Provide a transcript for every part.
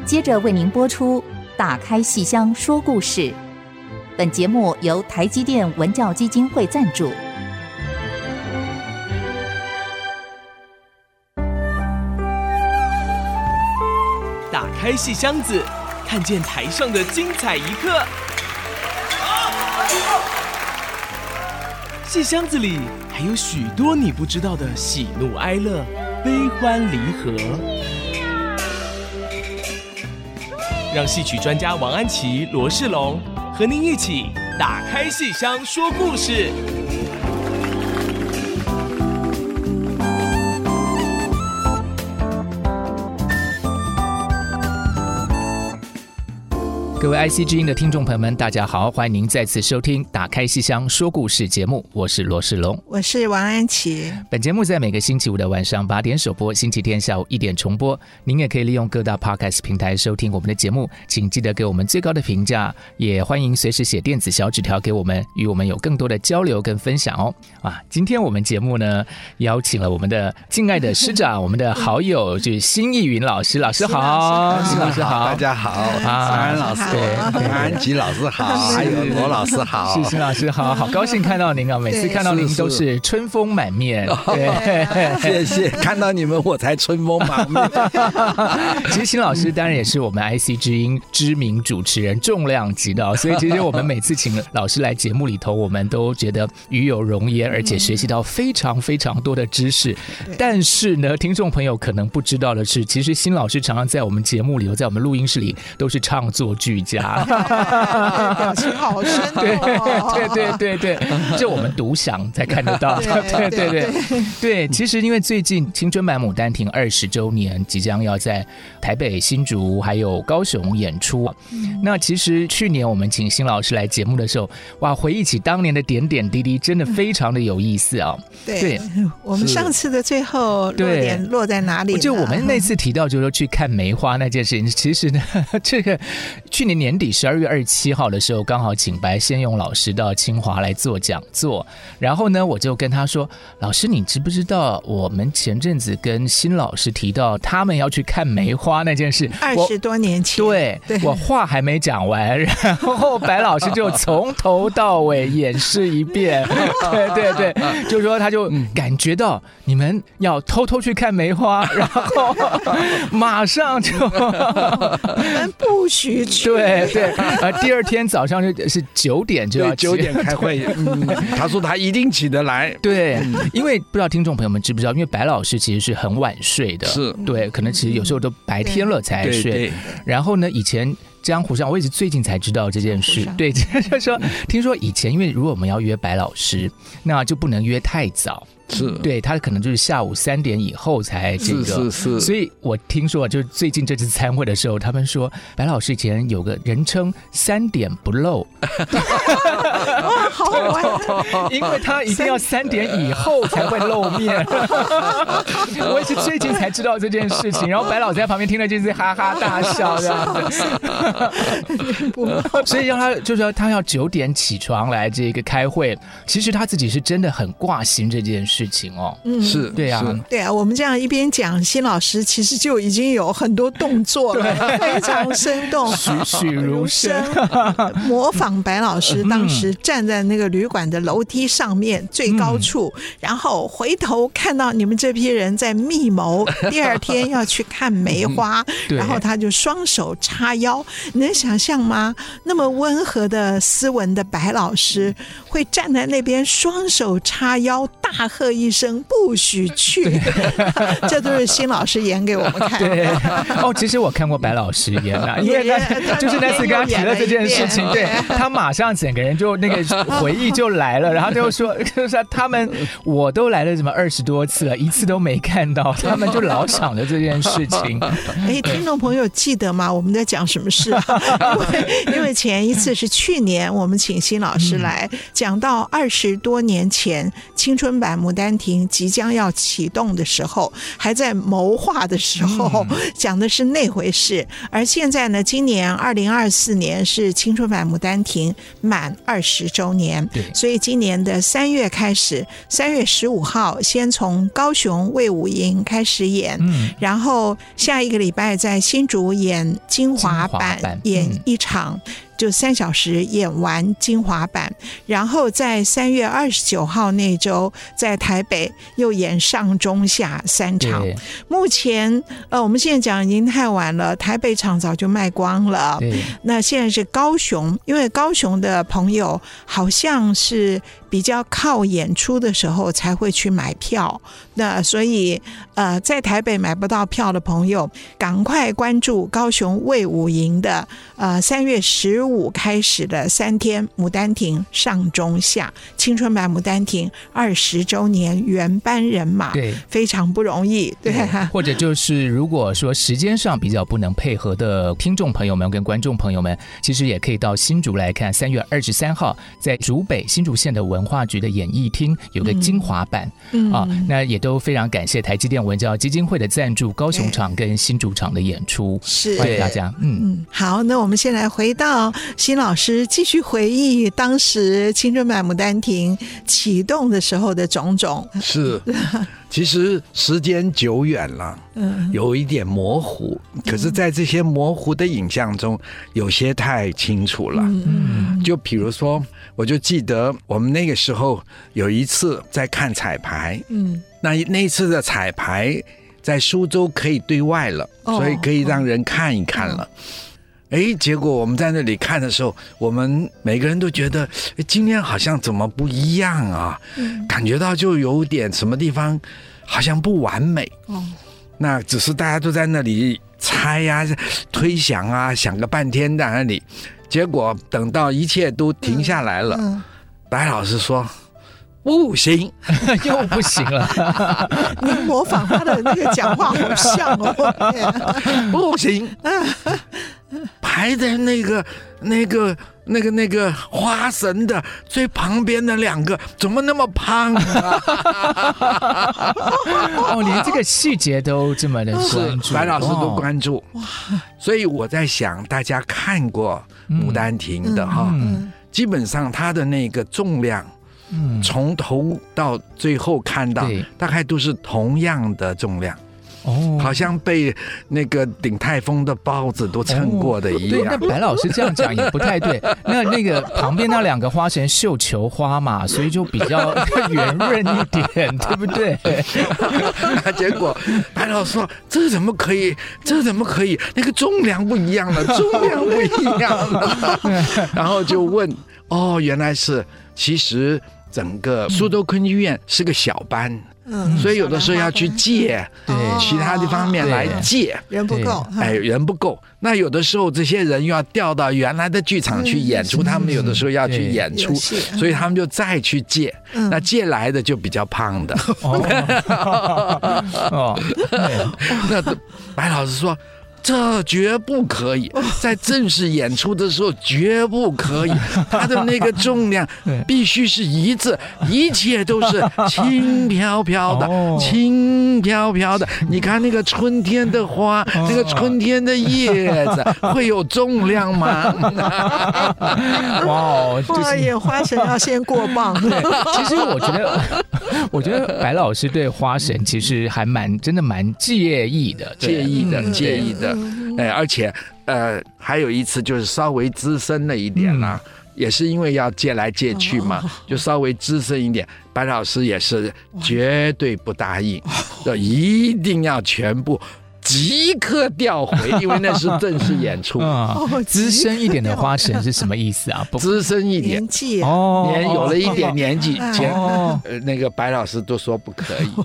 接着为您播出打开戏箱说故事。本节目由台积电文教基金会赞助。 打开戏箱子，看见台上的精彩一刻。戏箱子里还有许多你不知道的喜怒哀乐、悲欢离合。让戏曲专家王安琪、罗世龙和您一起打开戏箱说故事。 各位 IC 之音的听众朋友们，大家好，欢迎您再次收听打开戏箱说故事节目，我是罗世龙， 我是王安琪。 本节目在每个星期五的晚上8点首播，星期天下午1点重播。您也可以利用各大 Podcast 平台收听我们的节目，请记得给我们最高的评价，也欢迎随时写电子小纸条给我们，与我们有更多的交流跟分享哦。今天我们节目呢邀请了我们的敬爱的师长，我们的好友就是辛逸云老师，老师好，辛老师好， 大家好，安老师。对，安琪老师好，还有罗老师好， 是辛老师好，好高兴看到您啊！每次看到您都是春风满面。对， 谢谢，看到你们我才春风满面。 其实辛老师当然也是我们 IC 之音知名主持人，重量级的，所以其实我们每次请老师来节目里头，我们都觉得与有荣焉，而且学习到非常非常多的知识。但是呢，听众朋友可能不知道的是，其实辛老师常常在我们节目里头，在我们录音室里都是唱作俱佳， 表情好深哦。 对，这我们独享才看得到。对，其实因为最近青春版牡丹亭20周年即将要在台北、新竹还有高雄演出，那其实去年我们请辛老师来节目的时候，哇，回忆起当年的点点滴滴，真的非常的有意思啊。 对，我们上次的最后落点落在哪里呢？ 就我们那次提到就是说去看梅花那件事情，其实呢，这个去年年底12月27号的时候，刚好请白先勇老师到清华来做讲座，然后呢，我就跟他说：“老师，你知不知道我们前阵子跟辛老师提到他们要去看梅花那件事 ？20多年前， 对，我话还没讲完，然后白老师就从头到尾演示一遍。对，就是说他就感觉到你们要偷偷去看梅花，然后马上就你们不许去。 对，第二天早上就是9点就要 9点开会。他说他一定起得来。 对，因为不知道听众朋友们知不知道，因为白老师其实是很晚睡的， 是对，可能其实有时候都白天了才睡。对，然后呢，以前江湖上我也是最近才知道这件事。对，就是说听说以前因为如果我们要约白老师，那就不能约太早。 是， 对，他可能就是下午3点以后才这个， 是， 所以我听说就是最近这次参会的时候，他们说白老师以前有个人称3点不漏， 哇，好好玩， 因为他一定要3点以后才会露面。我也是最近才知道这件事情，然后白老师在旁边听了就是哈哈大笑这样子，所以让他就是说他要9点起床来这个开会，其实他自己是真的很挂心这件事情哦。 是， 对啊， 我们这样一边讲，辛老师其实就已经有很多动作了，非常生动， 栩如生， 模仿白老师当时站在那个旅馆的楼梯上面最高处，然后回头看到你们这批人在密谋第二天要去看梅花，然后他就双手叉腰，你能想象吗？那么温和的斯文的白老师会站在那边双手叉腰，大喝一声不许去。这都是辛老师演给我们看。 对，其实我看过白老师演啊，因为就是那次跟他提了这件事情，对，他马上整个人就那个回忆就来了，然后就说他们我都来了什么20多次了，一次都没看到，他们就老想着这件事情。 听众朋友记得吗？我们在讲什么事啊？因为前一次是去年我们请辛老师来讲到20多年前青春版牡丹亭即将要启动的时候，还在谋划的时候，讲的是那回事。而现在呢，今年2024年是青春版牡丹亭满20周年，所以今年的3月开始，3月15号先从高雄卫武营开始演，然后下一个礼拜在新竹演精华版，演一场。就3小时演完精华版，然后在3月29号那周在台北又演上中下3场。目前我们现在讲已经太晚了，台北场早就卖光了。那现在是高雄，因为高雄的朋友好像是比较靠演出的时候才会去买票，那所以在台北买不到票的朋友，赶快关注高雄卫武营的3月15开始的3天牡丹亭上中下青春版牡丹亭20周年原班人马，对，非常不容易，对。 或者就是如果说时间上比较不能配合的听众朋友们跟观众朋友们，其实也可以到新竹来看，3月23号在竹北新竹县的文化局的演艺厅有个精华版，那也都非常感谢台积电文教基金会的赞助，高雄场跟新竹场的演出，是欢迎大家。 好，那我们先来回到辛老师继续回忆当时青春版牡丹亭启动的时候的种种。 是，其实时间久远了，有一点模糊，可是在这些模糊的影像中，有些太清楚了。就比如说，我就记得我们那个时候有一次在看彩排，那一次的彩排在苏州可以对外了，所以可以让人看一看了。结果我们在那里看的时候，我们每个人都觉得今天好像怎么不一样啊，感觉到就有点什么地方好像不完美。那只是大家都在那里猜啊推想啊，想个半天在那里，结果等到一切都停下来了，白老师说不行， 又不行了。 你模仿他的那个讲话好像哦。 不行，排在那个花神的最旁边的2个怎么那么胖啊？ 连这个细节都这么的关注， 白老师都关注。所以我在想，大家看过牡丹亭的哈，基本上它的那个重量，从头到最后看到大概都是同样的重量，好像被那个鼎泰丰的包子都称过的一样。 对，那白老师这样讲也不太对。那个旁边那2个花神绣球花嘛，所以就比较圆润一点，对不对？ 结果白老师说这怎么可以？那个重量不一样了，然后就问，原来是其实整个苏州昆剧院是个小班。所以有的时候要去借其他的方面来借， 人不够， 人不够。那有的时候这些人又要调到原来的剧场去演出，他们有的时候要去演出，所以他们就再去借。那借来的就比较胖的。那白老师说，这绝不可以，在正式演出的时候绝不可以，它的那个重量必须是一致，一切都是轻飘飘的，轻飘飘的。你看那个春天的花，那个春天的叶子会有重量吗？ 演花神要先过磅。 其实我觉得白老师对花神其实还真的蛮介意的。 而且还有一次就是稍微资深了一点啦，也是因为要借来借去嘛，就稍微资深一点。白老师也是绝对不答应，一定要全部即刻调回，因为那是正式演出。 资深一点的花神是什么意思啊？ 资深一点， 年纪有了一点年纪，那个白老师都说不可以。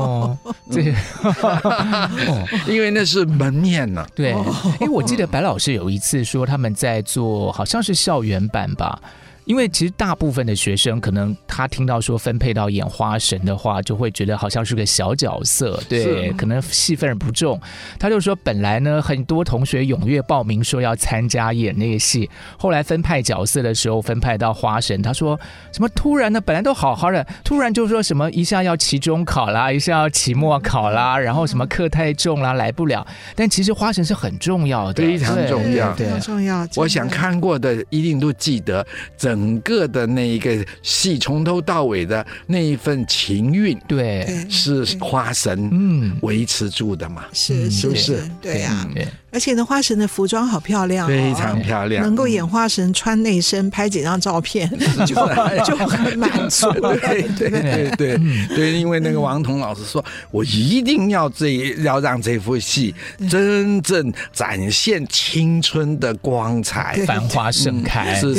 因为那是门面呢。 对，我记得白老师有一次说他们在做好像是校园版吧。 因为其实大部分的学生可能他听到说分配到演花神的话，就会觉得好像是个小角色，对，可能戏份不重。他就说本来呢很多同学踊跃报名说要参加演那个戏，后来分派角色的时候分派到花神，他说什么突然呢本来都好好的，突然就说什么一下要期中考啦，一下要期末考啦，然后什么课太重啦来不了。但其实花神是很重要的， 非常重要， 非常重要。 我想看过的一定都记得整个的那一个戏从头到尾的那一份情韵， 对， 是花神维持住的嘛？ 是不是？对啊。而且呢，花神的服装好漂亮， 非常漂亮， 能够演花神穿内身拍几张照片就很满足。 对，因为那个王彤老师说，我一定要让这幅戏真正展现青春的光彩， 繁花盛开。 是。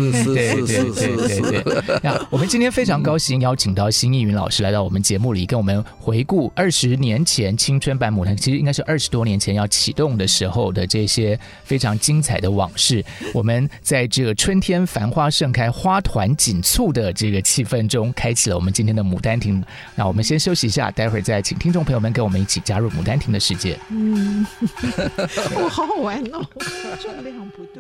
我们今天非常高兴邀请到辛逸云老师来到我们节目里，跟我们回顾20年前青春版牡丹，其实应该是20多年前要启动的时候的这些非常精彩的往事。我们在这个春天繁花盛开、花团锦簇的这个气氛中，开启了我们今天的牡丹亭。那我们先休息一下，待会儿再请听众朋友们跟我们一起加入牡丹亭的世界。 好好玩哦，重量不对。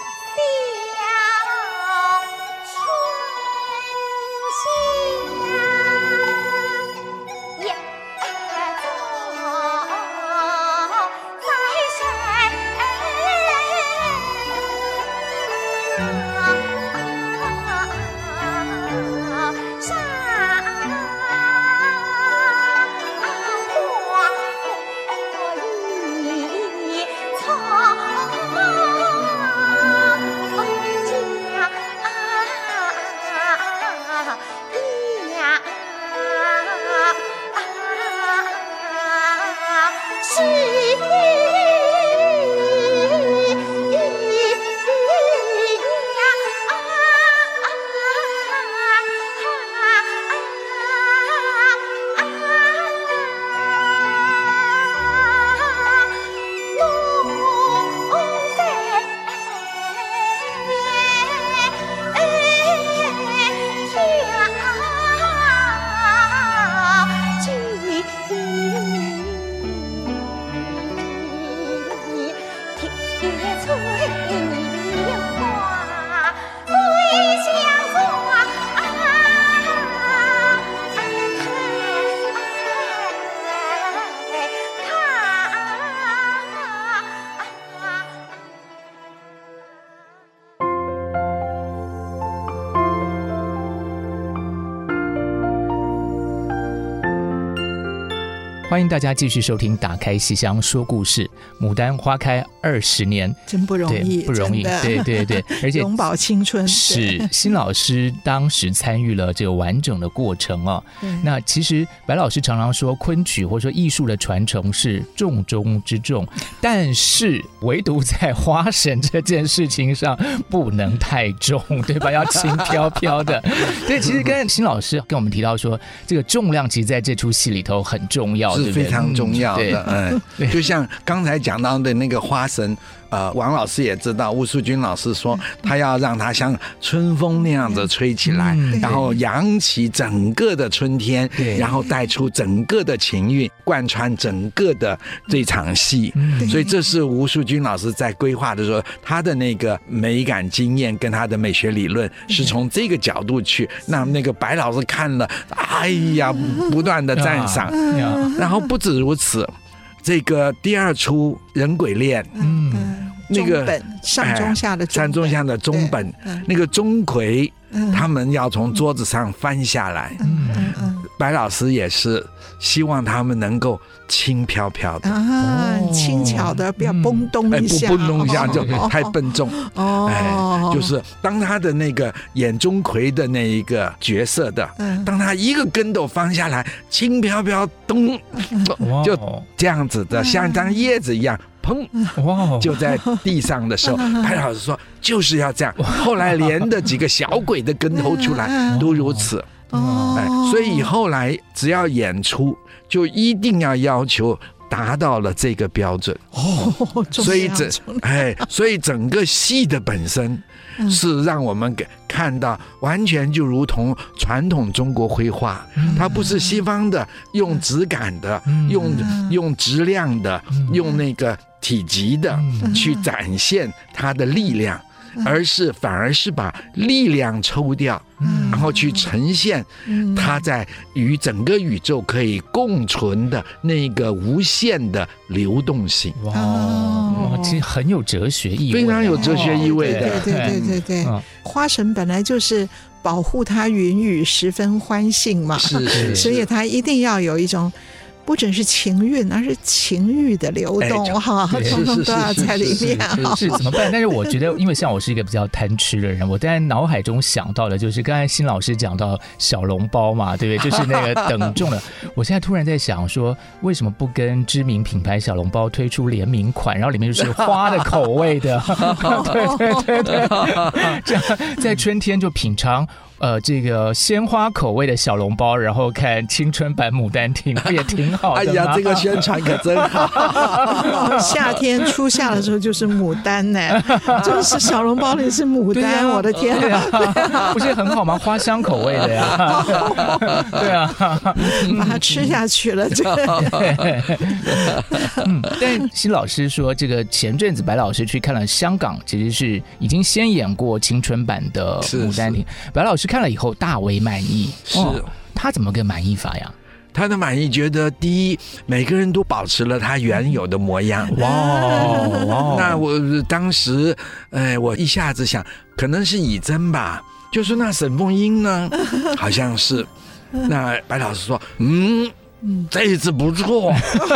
欢迎大家继续收听打开戏箱说故事。牡丹花开20年真不容易， 不容易，对，而且永葆青春。 是辛老师当时参与了这个完整的过程哦。那其实白老师常常说昆曲或者说艺术的传承是重中之重，但是唯独在花神这件事情上不能太重，对吧？要轻飘飘的。对，其实跟辛老师跟我们提到说，这个重量其实在这出戏里头很重要， 是非常重要的。就像刚才讲到的那个花神，王老师也知道，吴淑君老师说他要让它像春风那样子吹起来，然后扬起整个的春天，然后带出整个的情韵，贯穿整个的这场戏。所以这是吴淑君老师在规划的时候，他的那个美感经验跟他的美学理论是从这个角度去让那个白老师看了，哎呀，不断的赞赏。然后不止如此，这个第二出人鬼恋，那个上中下的中本，那个钟馗他们要从桌子上翻下来，白老师也是希望他们能够轻飘飘的轻巧的，不要蹦咚一下， 不蹦咚一下就太笨重。就是当他的那个演钟馗的那一个角色的，当他一个跟斗放下来，轻飘飘咚，就这样子的，像一张叶子一样。砰！就在地上的时候，白老师说就是要这样。后来连的几个小鬼的跟头出来都如此。所以后来只要演出，就一定要要求达到了这个标准。所以整个戏的本身是让我们看到完全就如同传统中国绘画，它不是西方的用质感的，用质量的，用那个体积的去展现它的力量，反而是把力量抽掉，然后去呈现它在与整个宇宙可以共存的那个无限的流动性。 哇，其实很有哲学意味， 非常有哲学意味的。 对，花神本来就是保护它云雨十分欢庆嘛，所以它一定要有一种不只是情韵，而是情欲的流动哈，通通都要在里面。 是怎么办？但是我觉得，因为像我是一个比较贪吃的人，我在脑海中想到的就是刚才辛老师讲到小笼包嘛，对不对？就是那个等重的。我现在突然在想说，为什么不跟知名品牌小笼包推出联名款，然后里面就是花的口味的？对，这样在春天就品尝。这个鲜花口味的小笼包，然后看青春版牡丹亭，也挺好的。 哎呀，这个宣传可真好！ 夏天初夏的时候就是牡丹呢，就是小笼包里是牡丹，我的天啊！ 不是很好吗？花香口味的呀，对啊， 把它吃下去了。 但辛老师说，这个前阵子白老师去看了香港，其实是已经先演过青春版的牡丹亭，白老师看了以后大为满意。他怎么个满意法呀？ 他的满意觉得，第一，每个人都保持了他原有的模样。哇！那我当时，我一下子想，可能是以真吧，就是那沈凤英呢，好像是。那白老师说，这一次不错，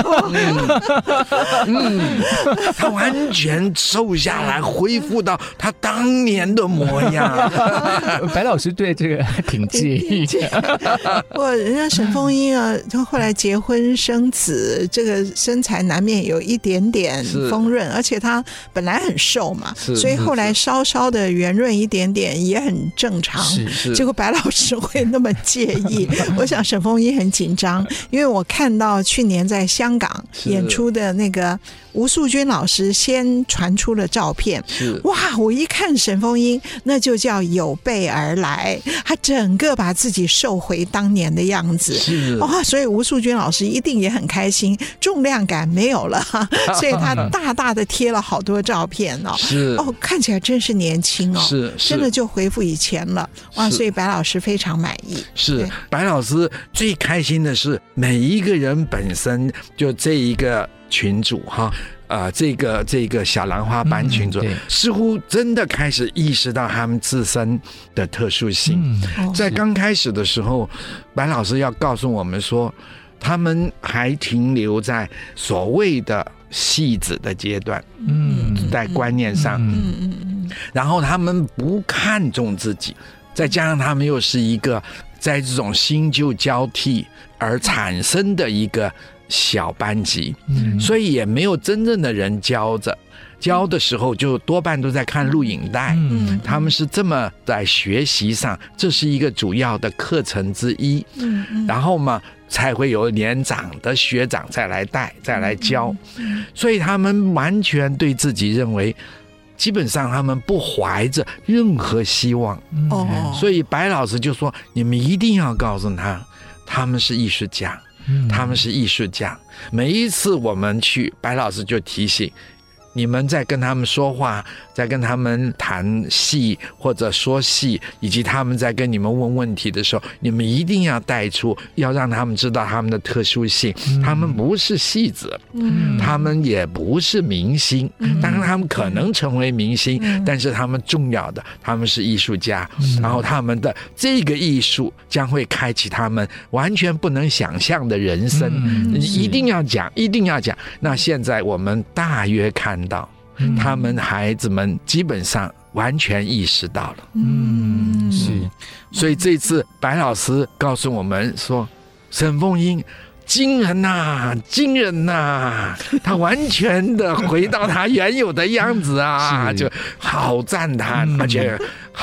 他完全瘦下来，恢复到他当年的模样。 白老师对这个挺介意的。 人家沈凤英啊，他后来结婚生子，这个身材难免有一点点丰润，而且他本来很瘦嘛，所以后来稍稍的圆润一点点也很正常。结果白老师会那么介意，我想沈凤英很紧张。因为我看到去年在香港演出的那个吴素君老师先传出了照片，哇！我一看沈凤英，那就叫有备而来，他整个把自己瘦回当年的样子，哇！所以吴素君老师一定也很开心，重量感没有了，所以他大大的贴了好多照片看起来真是年轻真的就恢复以前了，哇！所以白老师非常满意。 是白老师最开心的是每一个人本身就这一个群组哈，这个小兰花班群组，似乎真的开始意识到他们自身的特殊性。在刚开始的时候，白老师要告诉我们说，他们还停留在所谓的戏子的阶段，在观念上，然后他们不看重自己，再加上他们又是一个在这种新旧交替而产生的一个小班级，所以也没有真正的人教着。教的时候就多半都在看录影带，他们是这么在学习上，这是一个主要的课程之一。然后嘛，才会有年长的学长再来带，再来教。所以他们完全对自己认为，基本上他们不怀着任何希望。所以白老师就说，你们一定要告诉他们是艺术家，他们是艺术家。每一次我们去，白老师就提醒你们，在跟他们说话，在跟他们谈戏或者说戏，以及他们在跟你们问问题的时候，你们一定要带出，要让他们知道他们的特殊性。他们不是戏子，他们也不是明星，当然他们可能成为明星，但是他们重要的，他们是艺术家，然后他们的这个艺术将会开启他们完全不能想象的人生。一定要讲，一定要讲。那现在我们大约看到他们孩子们基本上完全意识到了。是。所以这次白老师告诉我们说，沈凤英惊人呐，惊人呐！他完全的回到他原有的样子啊，就好赞叹，而且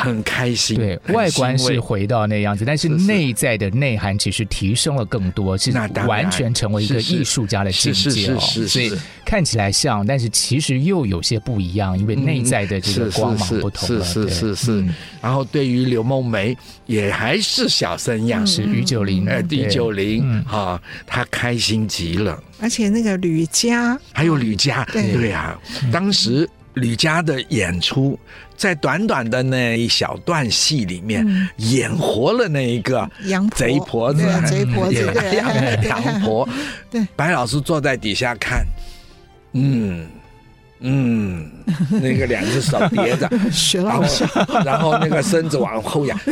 很开心。 对，外观是回到那样子，但是内在的内涵其实提升了更多，是完全成为一个艺术家的境界哦。所以看起来像，但是其实又有些不一样，因为内在的这个光芒不同了。 是。然后对于柳梦梅也还是小生样， 是于九龄， 于九龄啊，他开心极了。 而且那个吕嘉， 还有吕嘉，对啊，当时吕嘉的演出，在短短的那一小段戏里面，演活了那一个贼婆子，杨婆。对，白老师坐在底下看，那个两只手叠着，然后那个身子往后仰，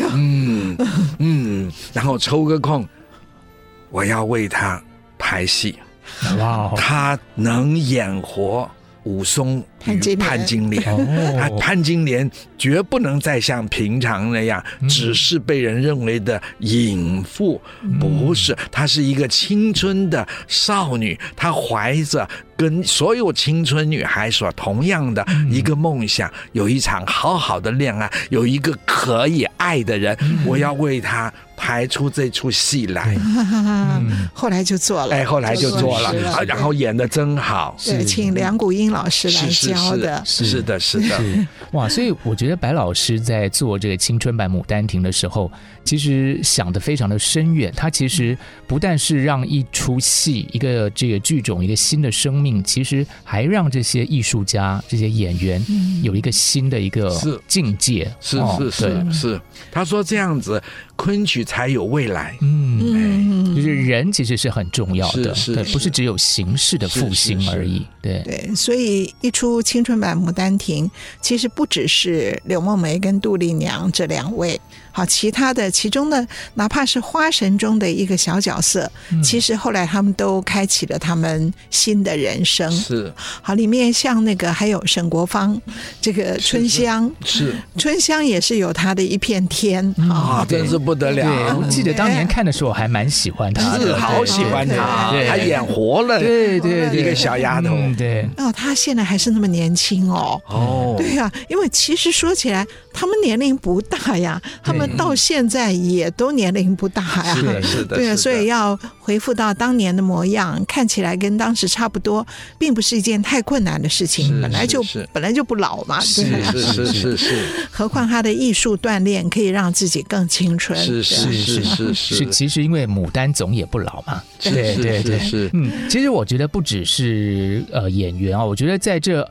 然后抽个空，我要为他排戏。 哇， 他能演活武松与潘金莲，潘金莲绝不能再像平常那样，只是被人认为的淫妇，不是，她是一个青春的少女，她怀着跟所有青春女孩所同样的一个梦想，有一场好好的恋爱，有一个可以爱的人，我要为她排出这出戏来。 后来就做了， 后来就做了，然后演得真好。 对，请梁谷英老师来教的。 是的。 哇，所以我觉得白老师在做这个青春版《牡丹亭》的时候，其实想得非常的深远。他其实不但是让一出戏、一个这个剧种、一个新的生命，其实还让这些艺术家、这些演员有一个新的一个境界。 是。他说这样子，昆曲才有未来。 就是人其实是很重要的，对，不是只有形式的复兴而已。对， 所以一出青春版《牡丹亭》，其实不只是柳梦梅跟杜丽娘这两位，好，其中的哪怕是花神中的一个小角色，其实后来他们都开启了他们新的人生。 是， 好，里面像那个还有沈国芳，这个春香，春香也是有她的一片天真是不得了。 我记得当年看的时候，我还蛮喜欢她的， 好喜欢她，她演活了， 对， 一个小丫头， 对。 她现在还是那么年轻对呀，因为其实说起来，他们年龄不大呀，他们到现在也都年龄不大呀。 是的， 对啊，所以要恢复到当年的模样，看起来跟当时差不多，并不是一件太困难的事情。本来就不老嘛。 是。 何况他的艺术锻炼可以让自己更青春。 是。 其实因为牡丹总也不老嘛。对。其实我觉得不只是演员我觉得在这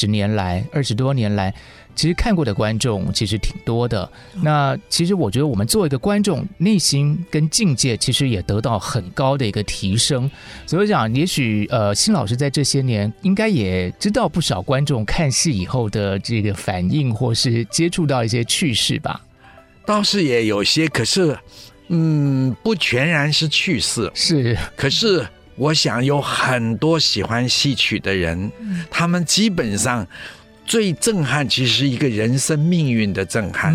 20多年来，其实看过的观众其实挺多的。那其实我觉得我们作为一个观众，内心跟境界其实也得到很高的一个提升。所以我想也许辛老师在这些年应该也知道不少观众看戏以后的这个反应，或是接触到一些趣事吧。 倒是也有些，可是不全然是趣事。 是， 可是我想有很多喜欢戏曲的人，他们基本上最震撼其实是一个人生命运的震撼。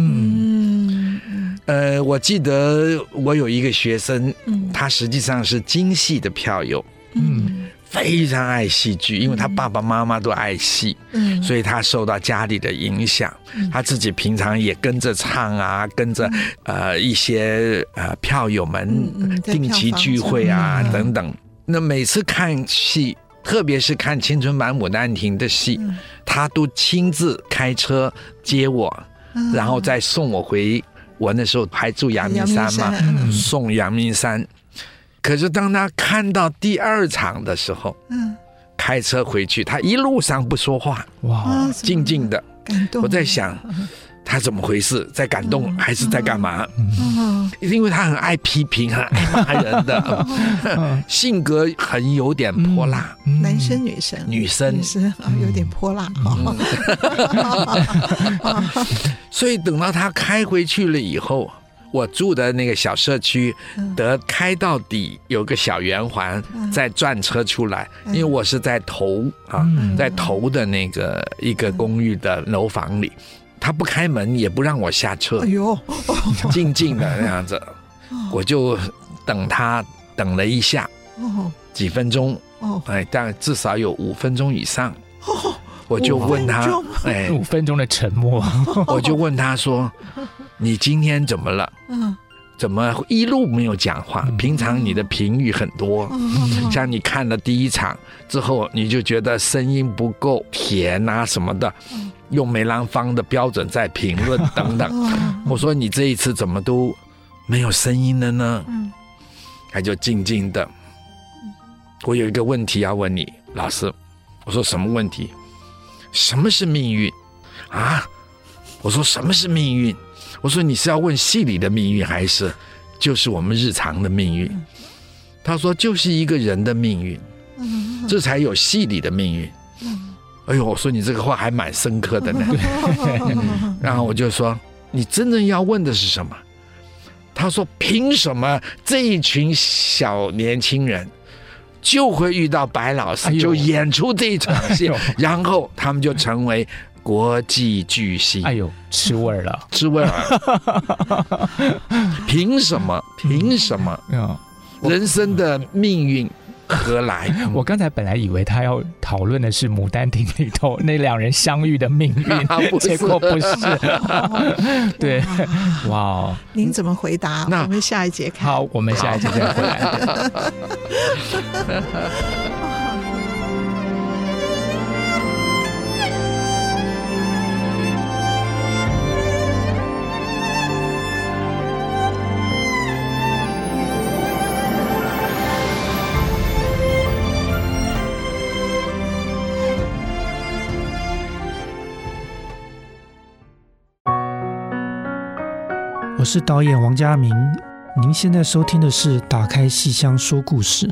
我记得我有一个学生，他实际上是京戏的票友，非常爱戏剧，因为他爸爸妈妈都爱戏，所以他受到家里的影响，他自己平常也跟着唱啊，跟着一些票友们定期聚会啊等等。那每次看戏，特别是看青春版《牡丹亭》的戏，他都亲自开车接我，然后再送我回，我那时候还住阳明山嘛，送阳明山。可是当他看到第2场的时候，开车回去，他一路上不说话，哇，静静的。我在想他怎么回事，在感动还是在干嘛？因为他很爱批评，很爱骂人的，性格很有点泼辣。 男生女生有点泼辣。 所以等到他开回去了以后，我住的那个小社区得开到底有个小圆环，再转车出来，因为我是在在头的那个一个公寓的楼房里，他不开门也不让我下车，静静的那样子，我就等他，等了一下，几分钟，但至少有5分钟以上， 我就问他 ，5分钟的沉默， 我就问他说：“你今天怎么了？怎么一路没有讲话？平常你的评语很多，像你看了第一场之后，你就觉得声音不够甜啊什么的，用梅兰芳的标准在评论等等。我说你这一次怎么都没有声音了呢？他就静静的。我有一个问题要问你，老师。我说什么问题？什么是命运啊？我说什么是命运？我说你是要问戏里的命运，还是就是我们日常的命运？他说就是一个人的命运，这才有戏里的命运。哎呦，我说你这个话还蛮深刻的呢。然后我就说你真正要问的是什么？他说凭什么这一群小年轻人就会遇到白老师，就演出这一场戏，然后他们就成为国际巨星。 哎呦，吃味儿了， 吃味儿！凭什么？凭什么？人生的命运何来？ 我刚才本来以为他要讨论的是《牡丹亭》里头那2人相遇的命运，结果不是。对，哇！ 您怎么回答？我们下一节看。 好，我们下一节再回来。 我是导演王家明，您现在收听的是《打开戏箱说故事》。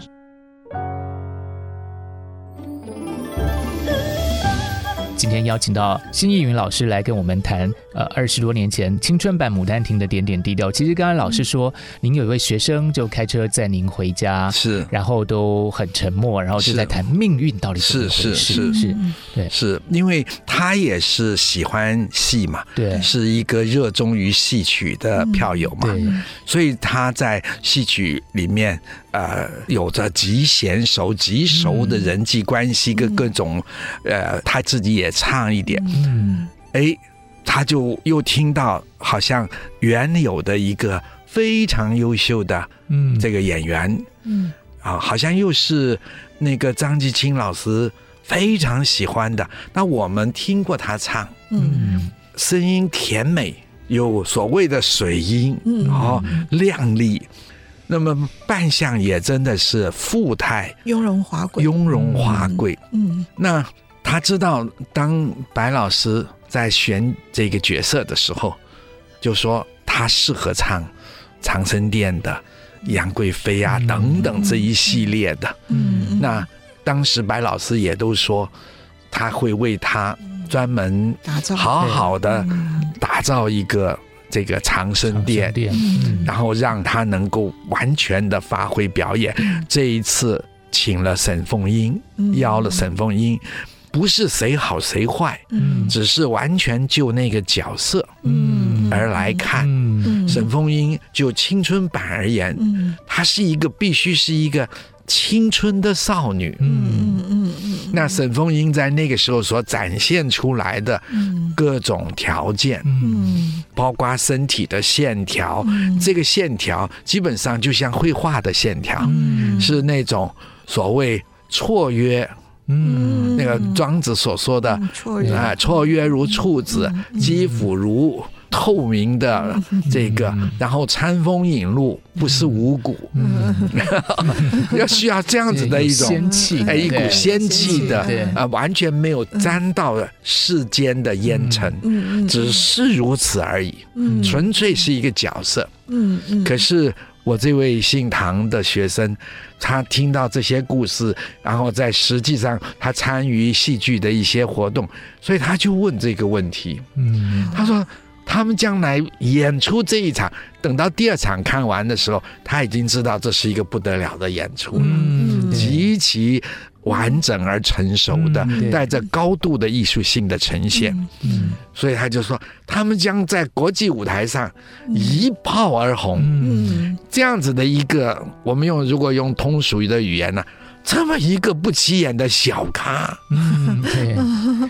今天邀请到辛逸云老师来跟我们谈20多年前青春版《牡丹亭》的点点滴滴。其实刚才老师说，您有一位学生就开车载您回家， 是， 然后都很沉默，然后就在谈命运到底怎么回事。是，对， 是因为他也是喜欢戏嘛， 对， 是一个热衷于戏曲的票友嘛， 对， 所以他在戏曲里面有着极娴熟、极熟的人际关系跟各种他自己也唱一点，他就又听到好像原有的一个非常优秀的这个演员，好像又是那个张继青老师非常喜欢的。那我们听过他唱，声音甜美，有所谓的水音，亮丽。那么扮相也真的是富态， 雍容华贵。 那他知道，当白老师在选这个角色的时候，就说他适合唱长生殿的杨贵妃啊等等这一系列的。那当时白老师也都说，他会为他专门好好的打造一个这个长生殿，然后让他能够完全的发挥表演。这一次请了沈凤英，邀了沈凤英，不是谁好谁坏，只是完全就那个角色而来看。沈凤英就青春版而言，她是一个必须是一个青春的少女。那沈凤英在那个时候所展现出来的各种条件，包括身体的线条，这个线条基本上就像绘画的线条，是那种所谓绰约。那个庄子所说的绰约如处子，肌肤如透明的这个，然后餐风饮露，不是五谷，要需要这样子的一种仙气， 一股仙气的，完全没有沾到世间的烟尘，只是如此而已，纯粹是一个角色。可是我这位姓唐的学生，他听到这些故事，然后在实际上他参与戏剧的一些活动，所以他就问这个问题。他说他们将来演出这一场，等到第2场看完的时候，他已经知道这是一个不得了的演出了，极其完整而成熟的，带着高度的艺术性的呈现。所以他就说他们将在国际舞台上一炮而红。这样子的一个，我们如果用通俗的语言呢，这么一个不起眼的小咖，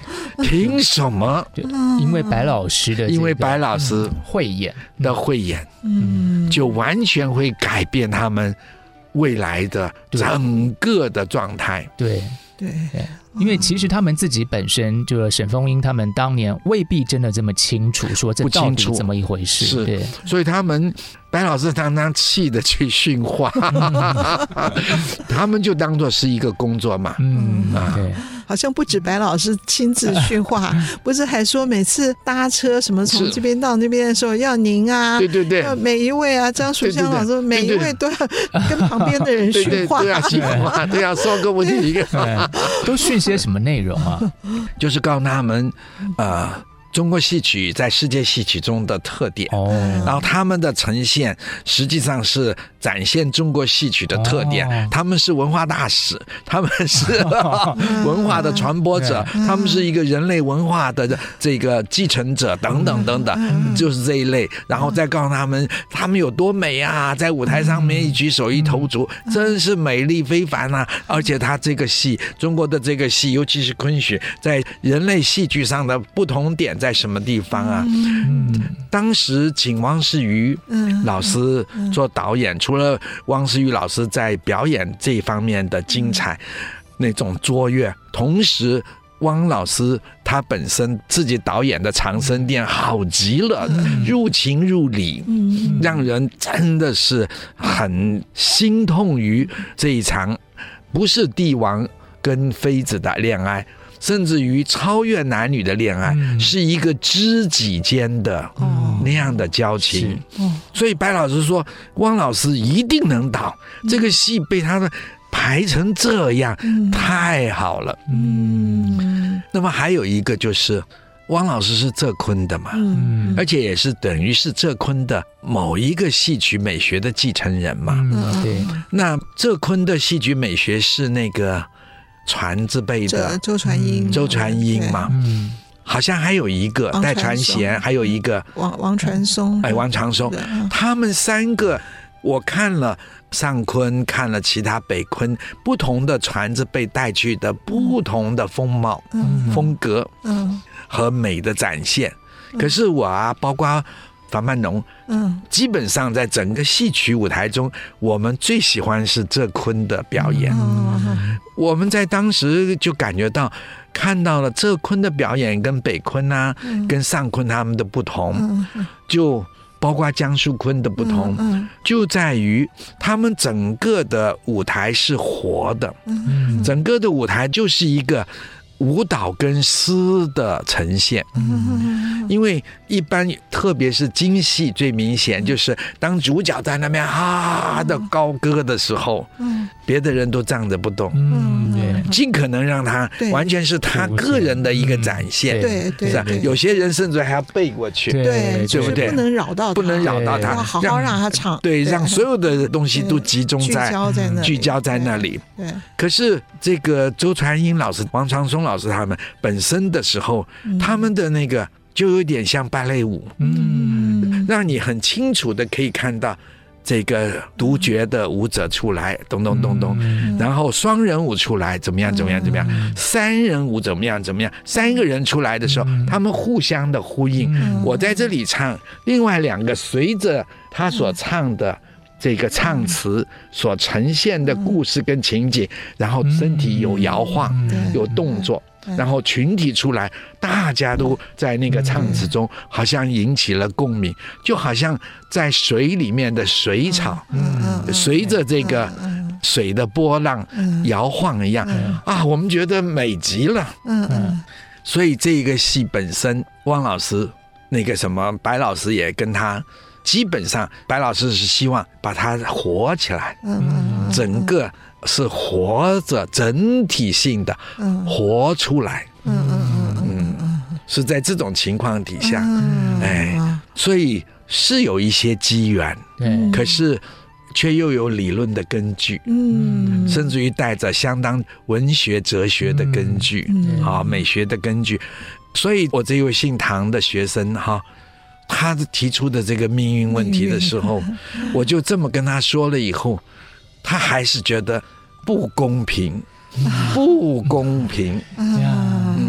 凭什么？ 因为白老师的， 因为白老师慧眼的慧眼，就完全会改变他们未来的整个的状态。 对。因为其实他们自己本身就是沈凤英他们当年未必真的这么清楚说这到底怎么一回事， 是， 对， 所以他们白老师常常气的去训话他们就当作是一个工作嘛。 对， 好像不止白老师亲自训话，不是还说每次搭车什么从这边到那边的时候要您啊， 对， 要每一位啊，张淑香老师每一位都要跟旁边的人训话， 对啊，训话，对啊，说个问题一个， 都训些什么内容啊？ 就是告诉他们，中国戏曲在世界戏曲中的特点，然后他们的呈现实际上是展现中国戏曲的特点，他们是文化大使，他们是文化的传播者，他们是一个人类文化的这个继承者等等等等，就是这一类。然后再告诉他们有多美啊，在舞台上面一举手一投足，真是美丽非凡啊！而且他这个戏，中国的这个戏，尤其是昆曲，在人类戏剧上的不同点在什么地方啊？当时请汪世瑜老师做导演，除了汪世瑜老师在表演这一方面的精彩，那种卓越，同时汪老师他本身自己导演的《长生殿》好极了，入情入理，让人真的是很心痛于这一场不是帝王跟妃子的恋爱，甚至于超越男女的恋爱，是一个知己间的那样的交情。所以白老师说汪老师一定能导，这个戏被他的排成这样，太好了。那么还有一个就是汪老师是浙昆的嘛，而且也是等于是浙昆的某一个戏曲美学的继承人嘛。 对， 那浙昆的戏曲美学是那个传字辈的周传英嘛，好像还有一个戴传贤，还有一个王传松， 王长松，他们三个我看了上昆，看了其他北昆，不同的传字辈带去的不同的风貌、风格和美的展现。可是我包括樊曼农，基本上在整个戏曲舞台中，我们最喜欢是浙昆的表演。我们在当时就感觉到，看到了浙昆的表演跟北昆啊，跟上昆他们的不同，就包括江苏昆的不同，就在于他们整个的舞台是活的，整个的舞台就是一个舞蹈跟诗的呈现。因为一般特别是京戏最明显，就是当主角在那边的高歌的时候，别的人都站着不动，尽可能让他完全是他个人的一个展现。对，有些人甚至还要背过去，对不对？ 不能扰到他，要好好让他唱， 对，让所有的东西都集中在聚焦在那里。可是这个周传英老师、王长松老师他们本身的时候，他们的那个就有点像芭蕾舞，让你很清楚的可以看到这个独角的舞者出来，咚咚咚咚，然后双人舞出来，怎么样，三人舞怎么样，三个人出来的时候，他们互相的呼应。我在这里唱，另外两个随着他所唱的这个唱词所呈现的故事跟情景，然后身体有摇晃，有动作。然后群体出来，大家都在那个唱词中好像引起了共鸣，就好像在水里面的水草随着这个水的波浪摇晃一样我们觉得美极了。所以这个戏本身，汪老师那个什么白老师也跟他基本上，白老师是希望把它活起来，整个是活着，整体性的活出来。是在这种情况底下，所以是有一些机缘，可是却又有理论的根据，甚至于带着相当文学哲学的根据，美学的根据。所以我这位姓唐的学生他提出的这个命运问题的时候，我就这么跟他说了以后，他还是觉得不公平。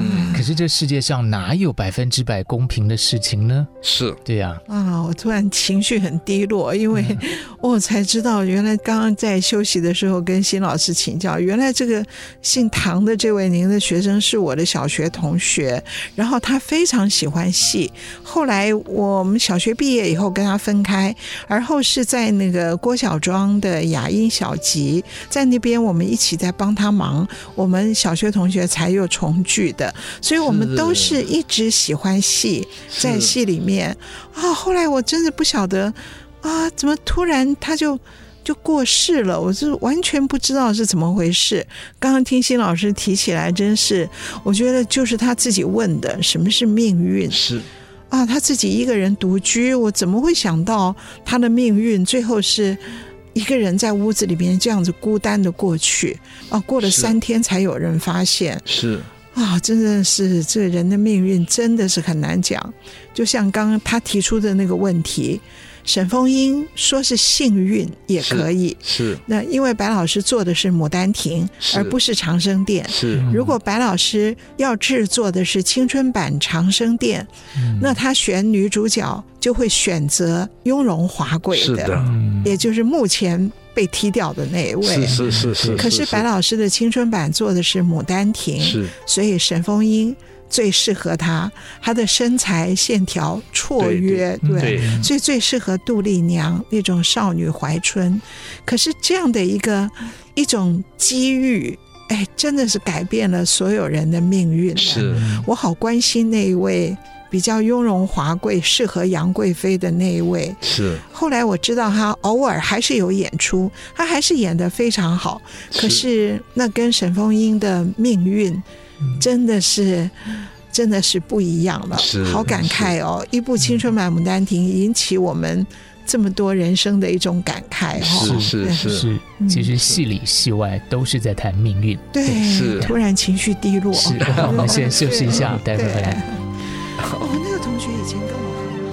是这世界上哪有100%公平的事情呢？ 是， 对呀。 我突然情绪很低落，因为我才知道，原来刚刚在休息的时候跟辛老师请教，原来这个姓唐的这位您的学生是我的小学同学，然后他非常喜欢戏，后来我们小学毕业以后跟他分开，而后是在那个郭小庄的雅音小集，在那边我们一起在帮他忙，我们小学同学才又重聚的，所以我们都是一直喜欢戏，在戏里面后来我真的不晓得怎么突然他就过世了，我就完全不知道是怎么回事。刚刚听辛老师提起来，真是我觉得就是他自己问的，什么是命运？ 是他自己一个人独居，我怎么会想到他的命运最后是一个人在屋子里面这样子孤单的过去过了3天才有人发现。 是真的是这个人的命运真的是很难讲。就像刚刚他提出的那个问题，沈凤英说是幸运也可以， 是那因为白老师做的是牡丹亭而不是长生殿， 是如果白老师要制作的是青春版长生殿，那他选女主角就会选择雍容华贵是的， 也就是目前被踢掉的那一位。 是可是白老师的青春版做的是牡丹亭， 是， 所以沈凤英最适合她的身材线条绰约，对，所以最适合杜丽娘那种少女怀春。可是这样的一种机遇，真的是改变了所有人的命运。 是， 我好关心那一位比较雍容华贵适合杨贵妃的那一位。 是， 后来我知道他偶尔还是有演出，他还是演得非常好，可是那跟沈凤英的命运真的是不一样了。好感慨一部青春版牡丹亭引起我们这么多人生的一种感慨。 是， 其实戏里戏外都是在谈命运。 对，是突然情绪低落。 是，我们先休息一下，待会回来。 那个同学以前跟我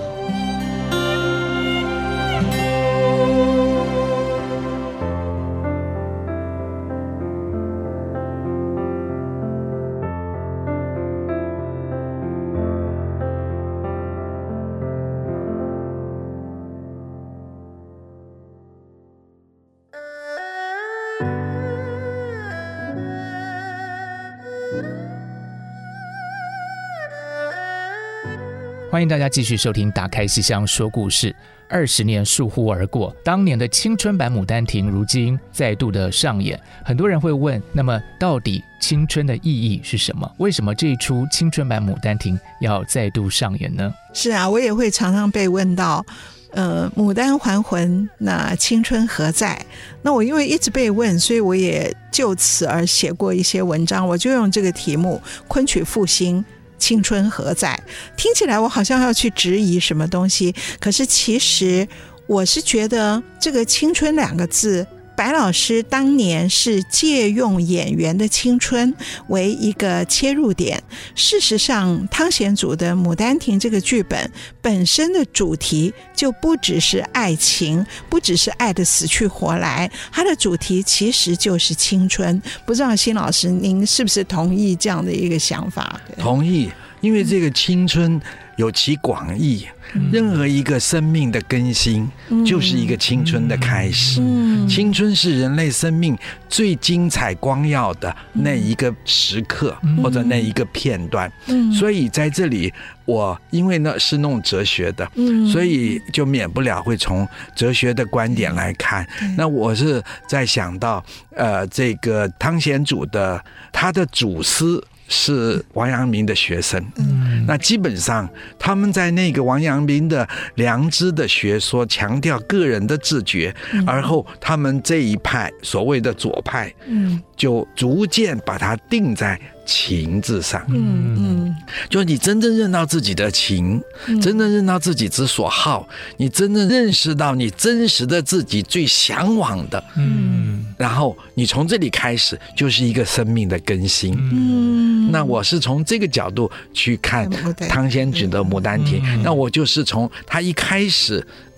欢迎大家继续收听打开戏箱说故事。20年倏忽而过，当年的青春版牡丹亭如今再度的上演，很多人会问，那么到底青春的意义是什么？为什么这一出青春版牡丹亭要再度上演呢？ 是啊，我也会常常被问到牡丹还魂，那青春何在？那我因为一直被问，所以我也就此而写过一些文章，我就用这个题目昆曲复兴青春何在。听起来我好像要去质疑什么东西，可是其实我是觉得这个青春2个字，白老师当年是借用演员的青春为一个切入点。事实上汤显祖的牡丹亭这个剧本本身的主题就不只是爱情，不只是爱的死去活来，它的主题其实就是青春。不知道辛老师您是不是同意这样的一个想法？ 同意，因为这个青春有其广义，任何一个生命的更新就是一个青春的开始。青春是人类生命最精彩光耀的那一个时刻，或者那一个片段。所以在这里我因为呢是弄哲学的，所以就免不了会从哲学的观点来看。那我是在想到这个汤显祖的他的祖师是王阳明的学生，那基本上他们在那个王阳明的良知的学说强调个人的自觉，而后他们这一派所谓的左派就逐渐把它定在情字上。就你真正认到自己的情，真正认到自己之所好，你真正认识到你真实的自己最向往的，然后你从这里开始就是一个生命的更新。那我是从这个角度去看汤显祖的牡丹亭，那我就是从他一开始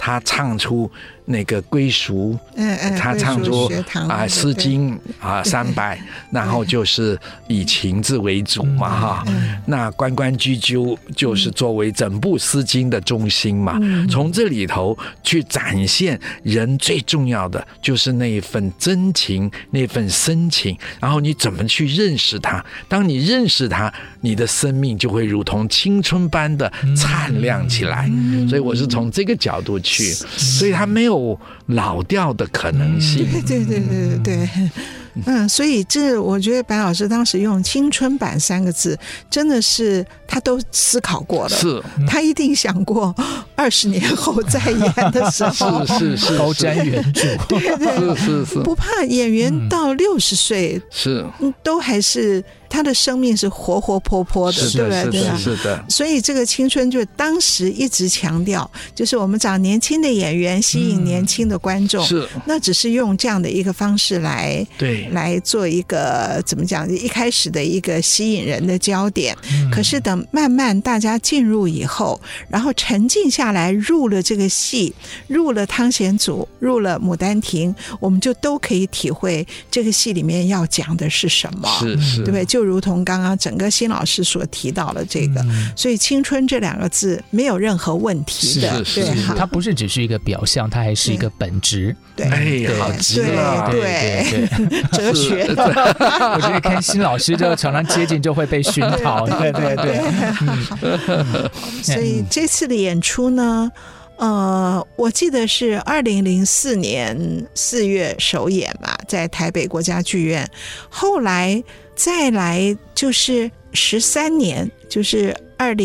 他唱出那个归属，他唱出诗经300，然后就是以情字为主嘛哈。那关关雎鸠就是作为整部诗经的中心嘛。从这里头去展现人最重要的就是那一份真情，那份深情，然后你怎么去认识它。当你认识它，你的生命就会如同青春般的灿亮起来。所以我是从这个角度去，所以它没有老掉的可能性。 对。所以这我觉得白老师当时用青春版3个字真的是他都思考过了， 是他一定想过20年后再演的时候是高瞻远瞩， 对，是不怕演员到60岁是都还是他的生命是活活泼泼的，对不对？ 是的。 所以这个青春就当时一直强调，就是我们找年轻的演员吸引年轻的观众， 是那只是用这样的一个方式来做一个怎么讲，一开始的一个吸引人的焦点。可是等慢慢大家进入以后，然后沉静下来，入了这个戏，入了汤显祖，入了牡丹亭，我们就都可以体会这个戏里面要讲的是什么， 是对不对？就如同刚刚整个辛老师所提到的这个，所以青春这2个字没有任何问题的，对， 它不是只是一个表象，它还是一个本质。 对， 好极了， 对，哲学。 我觉得看辛老师就常常接近就会被熏陶，对。 所以这次的演出呢，我记得是2004年4月首演嘛，在台北国家剧院，后来再来就是13年，就是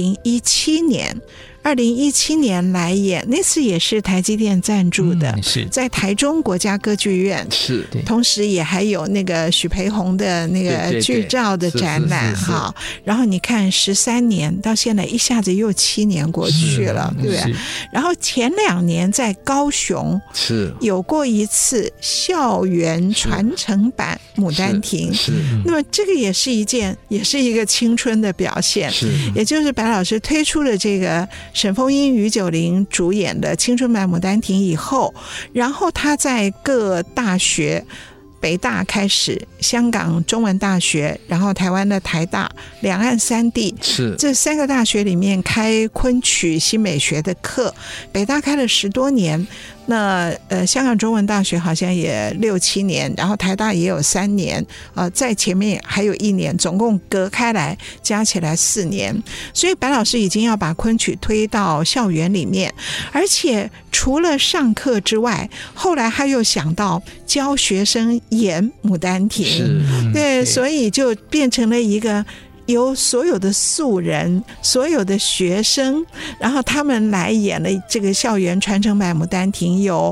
2017年来演，那次也是台积电赞助的， 是在台中国家歌剧院， 是， 同时也还有那个许培宏的那个剧照的展览哈。然后你看13年到现在，一下子又7年过去了，对不对？然后前2年在高雄是有过一次校园传承版牡丹亭， 是。 那么这个也是一个青春的表现， 是， 也就是白老师推出了这个沈凤英、于九龄主演的青春版牡丹亭以后，然后他在各大学，北大开始，香港中文大学，然后台湾的台大，两岸3地， 是这3个大学里面开昆曲新美学的课，北大开了10多年，那香港中文大学好像也6、7年，然后台大也有3年，在前面还有1年，总共隔开来加起来4年。所以白老师已经要把昆曲推到校园里面，而且除了上课之外，后来他又想到教学生演牡丹亭，对，所以就变成了一个由所有的素人，所有的学生，然后他们来演了这个校园传承版牡丹亭，有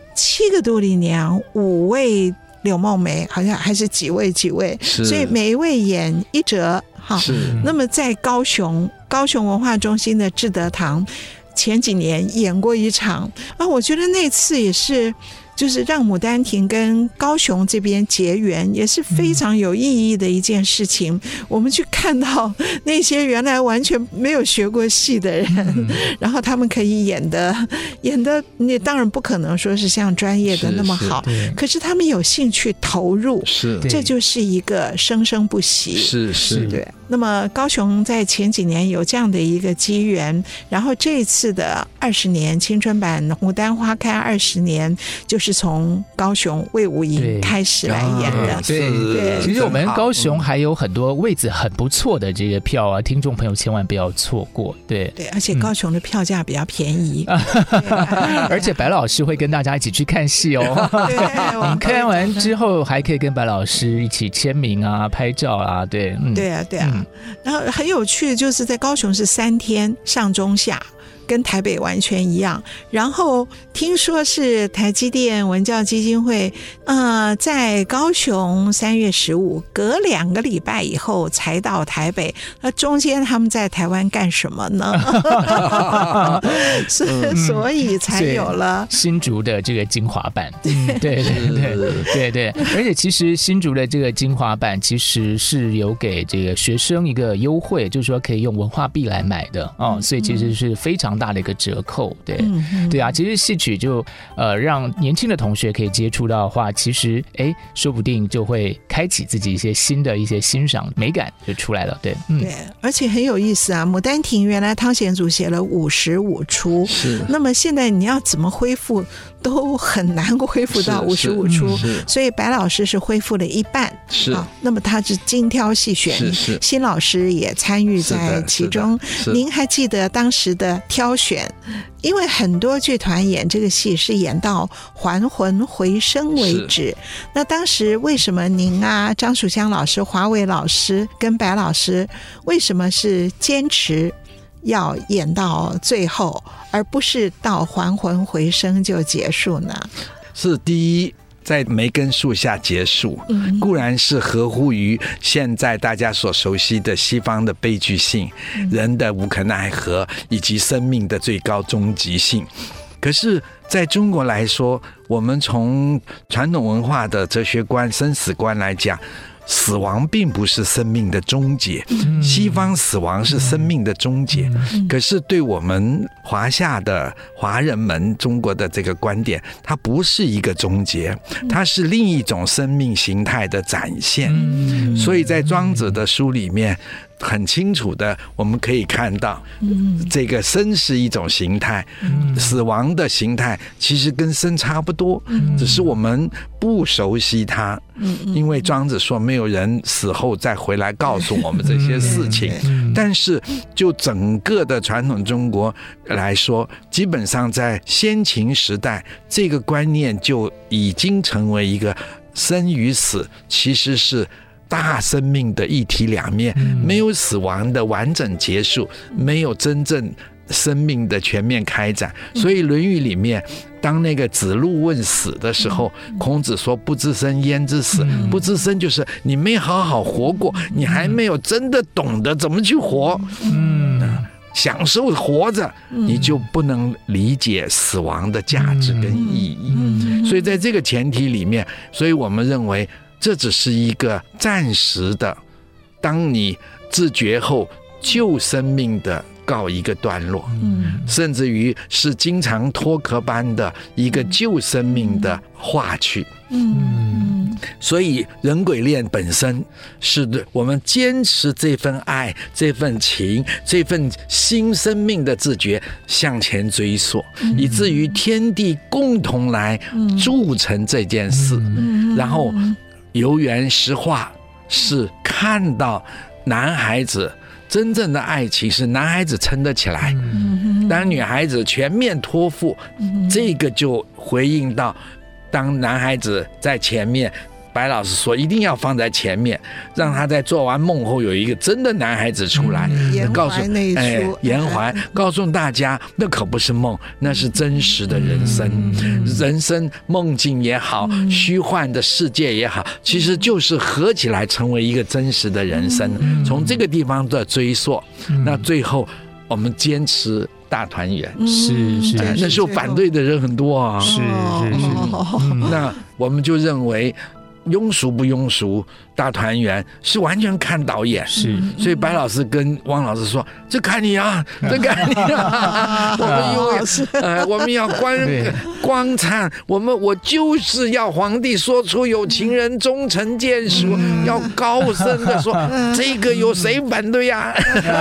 7个杜丽娘，5位柳梦梅，好像还是几位，所以每一位演1折哈。那么在高雄文化中心的志德堂，前几年演过一场我觉得那次也是就是让牡丹亭跟高雄这边结缘，也是非常有意义的一件事情。我们去看到那些原来完全没有学过戏的人，然后他们可以演的，你当然不可能说是像专业的那么好，可是他们有兴趣投入，这就是一个生生不息，是对。那么高雄在前几年有这样的一个机缘，然后这一次的20年青春版牡丹花开20年，就是从高雄卫武营开始来演的。 对，其实我们高雄还有很多位置很不错的这个票啊，听众朋友千万不要错过。对， 而且高雄的票价比较便宜， 而且白老师会跟大家一起去看戏哦。我们看完之后还可以跟白老师一起签名啊、拍照啊。对啊。然后很有趣的就是在高雄是3天上中下，跟台北完全一样。然后听说是台积电文教基金会在高雄3月15隔2个礼拜以后才到台北，那中间他们在台湾干什么呢？所以才有了新竹的这个精华版。对，而且其实新竹的这个精华版其实是有给这个学生一个优惠，就是说可以用文化币来买的所以其实是非常大的一个折扣。对啊，其实戏曲就让年轻的同学可以接触到的话，其实说不定就会开启自己一些新的一些欣赏美感就出来了。对， 而且很有意思啊。牡丹亭原来汤显祖写了55出， 是， 那么现在你要怎么恢复都很难恢复到55出，所以白老师是恢复了一半， 是那么他是精挑细选，辛老师也参与在其中。您还记得当时的挑选？因为很多剧团演这个戏是演到还魂回生为止，那当时为什么您啊、张曙香老师、华伟老师跟白老师为什么是坚持要演到最后，而不是到还魂回生就结束呢？ 是第一，在梅根树下结束，固然是合乎于现在大家所熟悉的西方的悲剧性，人的无可奈何以及生命的最高终极性。可是在中国来说，我们从传统文化的哲学观、生死观来讲，死亡并不是生命的终结，西方死亡是生命的终结，可是对我们华夏的华人们中国的这个观点，它不是一个终结，它是另一种生命形态的展现。所以在庄子的书里面很清楚的我们可以看到，这个生是一种形态，死亡的形态其实跟生差不多，只是我们不熟悉它，因为庄子说没有人死后再回来告诉我们这些事情。但是就整个的传统中国来说，基本上在先秦时代，这个观念就已经成为一个生与死其实是大生命的一体两面，没有死亡的完整结束，没有真正生命的全面开展。所以《论语》里面，当那个子路问死的时候，孔子说不知生焉知死。不知生就是你没好好活过，你还没有真的懂得怎么去活，享受活着，你就不能理解死亡的价值跟意义。所以在这个前提里面，所以我们认为这只是一个暂时的，当你自觉后救生命的告一个段落，甚至于是经常脱壳般的一个救生命的化去。所以人鬼恋本身是我们坚持这份爱、这份情、这份新生命的自觉向前追溯，以至于天地共同来铸成这件事。然后游园诗画是看到男孩子真正的爱情是男孩子撑得起来，当女孩子全面托付，这个就回应到当男孩子在前面，白老师说一定要放在前面，让他在做完梦后有一个真的男孩子出来，告诉颜怀告诉大家，那可不是梦，那是真实的人生。人生梦境也好，虚幻的世界也好，其实就是合起来成为一个真实的人生。从这个地方的追溯，那最后我们坚持大团圆， 是那时候反对的人很多啊， 是那我们就认为庸俗不庸俗，大团圆是完全看导演。 是， 所以白老师跟汪老师说：“这看你啊，这看你啊，我们要光灿，我就是要皇帝说出有情人终成眷属，要高声的说，这个有谁反对呀？”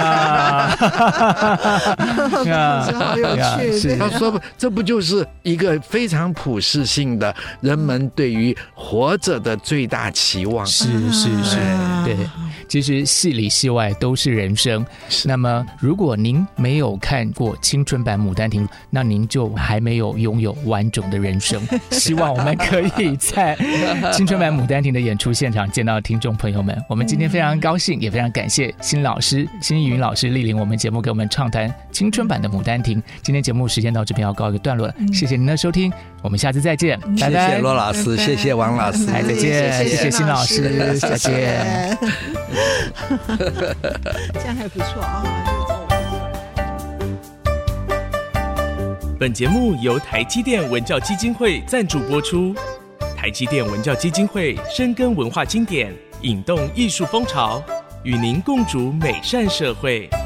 好有趣。 他说：“这不就是一个非常普世性的人们对于活着的最大期望？” 是，对。其实戏里戏外都是人生。那么如果您没有看过青春版牡丹亭，那您就还没有拥有完整的人生。希望我们可以在青春版牡丹亭的演出现场见到听众朋友们。我们今天非常高兴，也非常感谢辛逸云老师莅临我们节目，给我们畅谈青春版的牡丹亭。今天节目时间到这边要告一个段落了，谢谢您的收听，我们下次再见，拜拜。 谢谢罗老师，谢谢王老师， 再见，谢谢辛老师，再见。 这样还不错啊。 本节目由台积电文教基金会赞助播出。台积电文教基金会深耕文化经典，引动艺术风潮，与您共筑美善社会。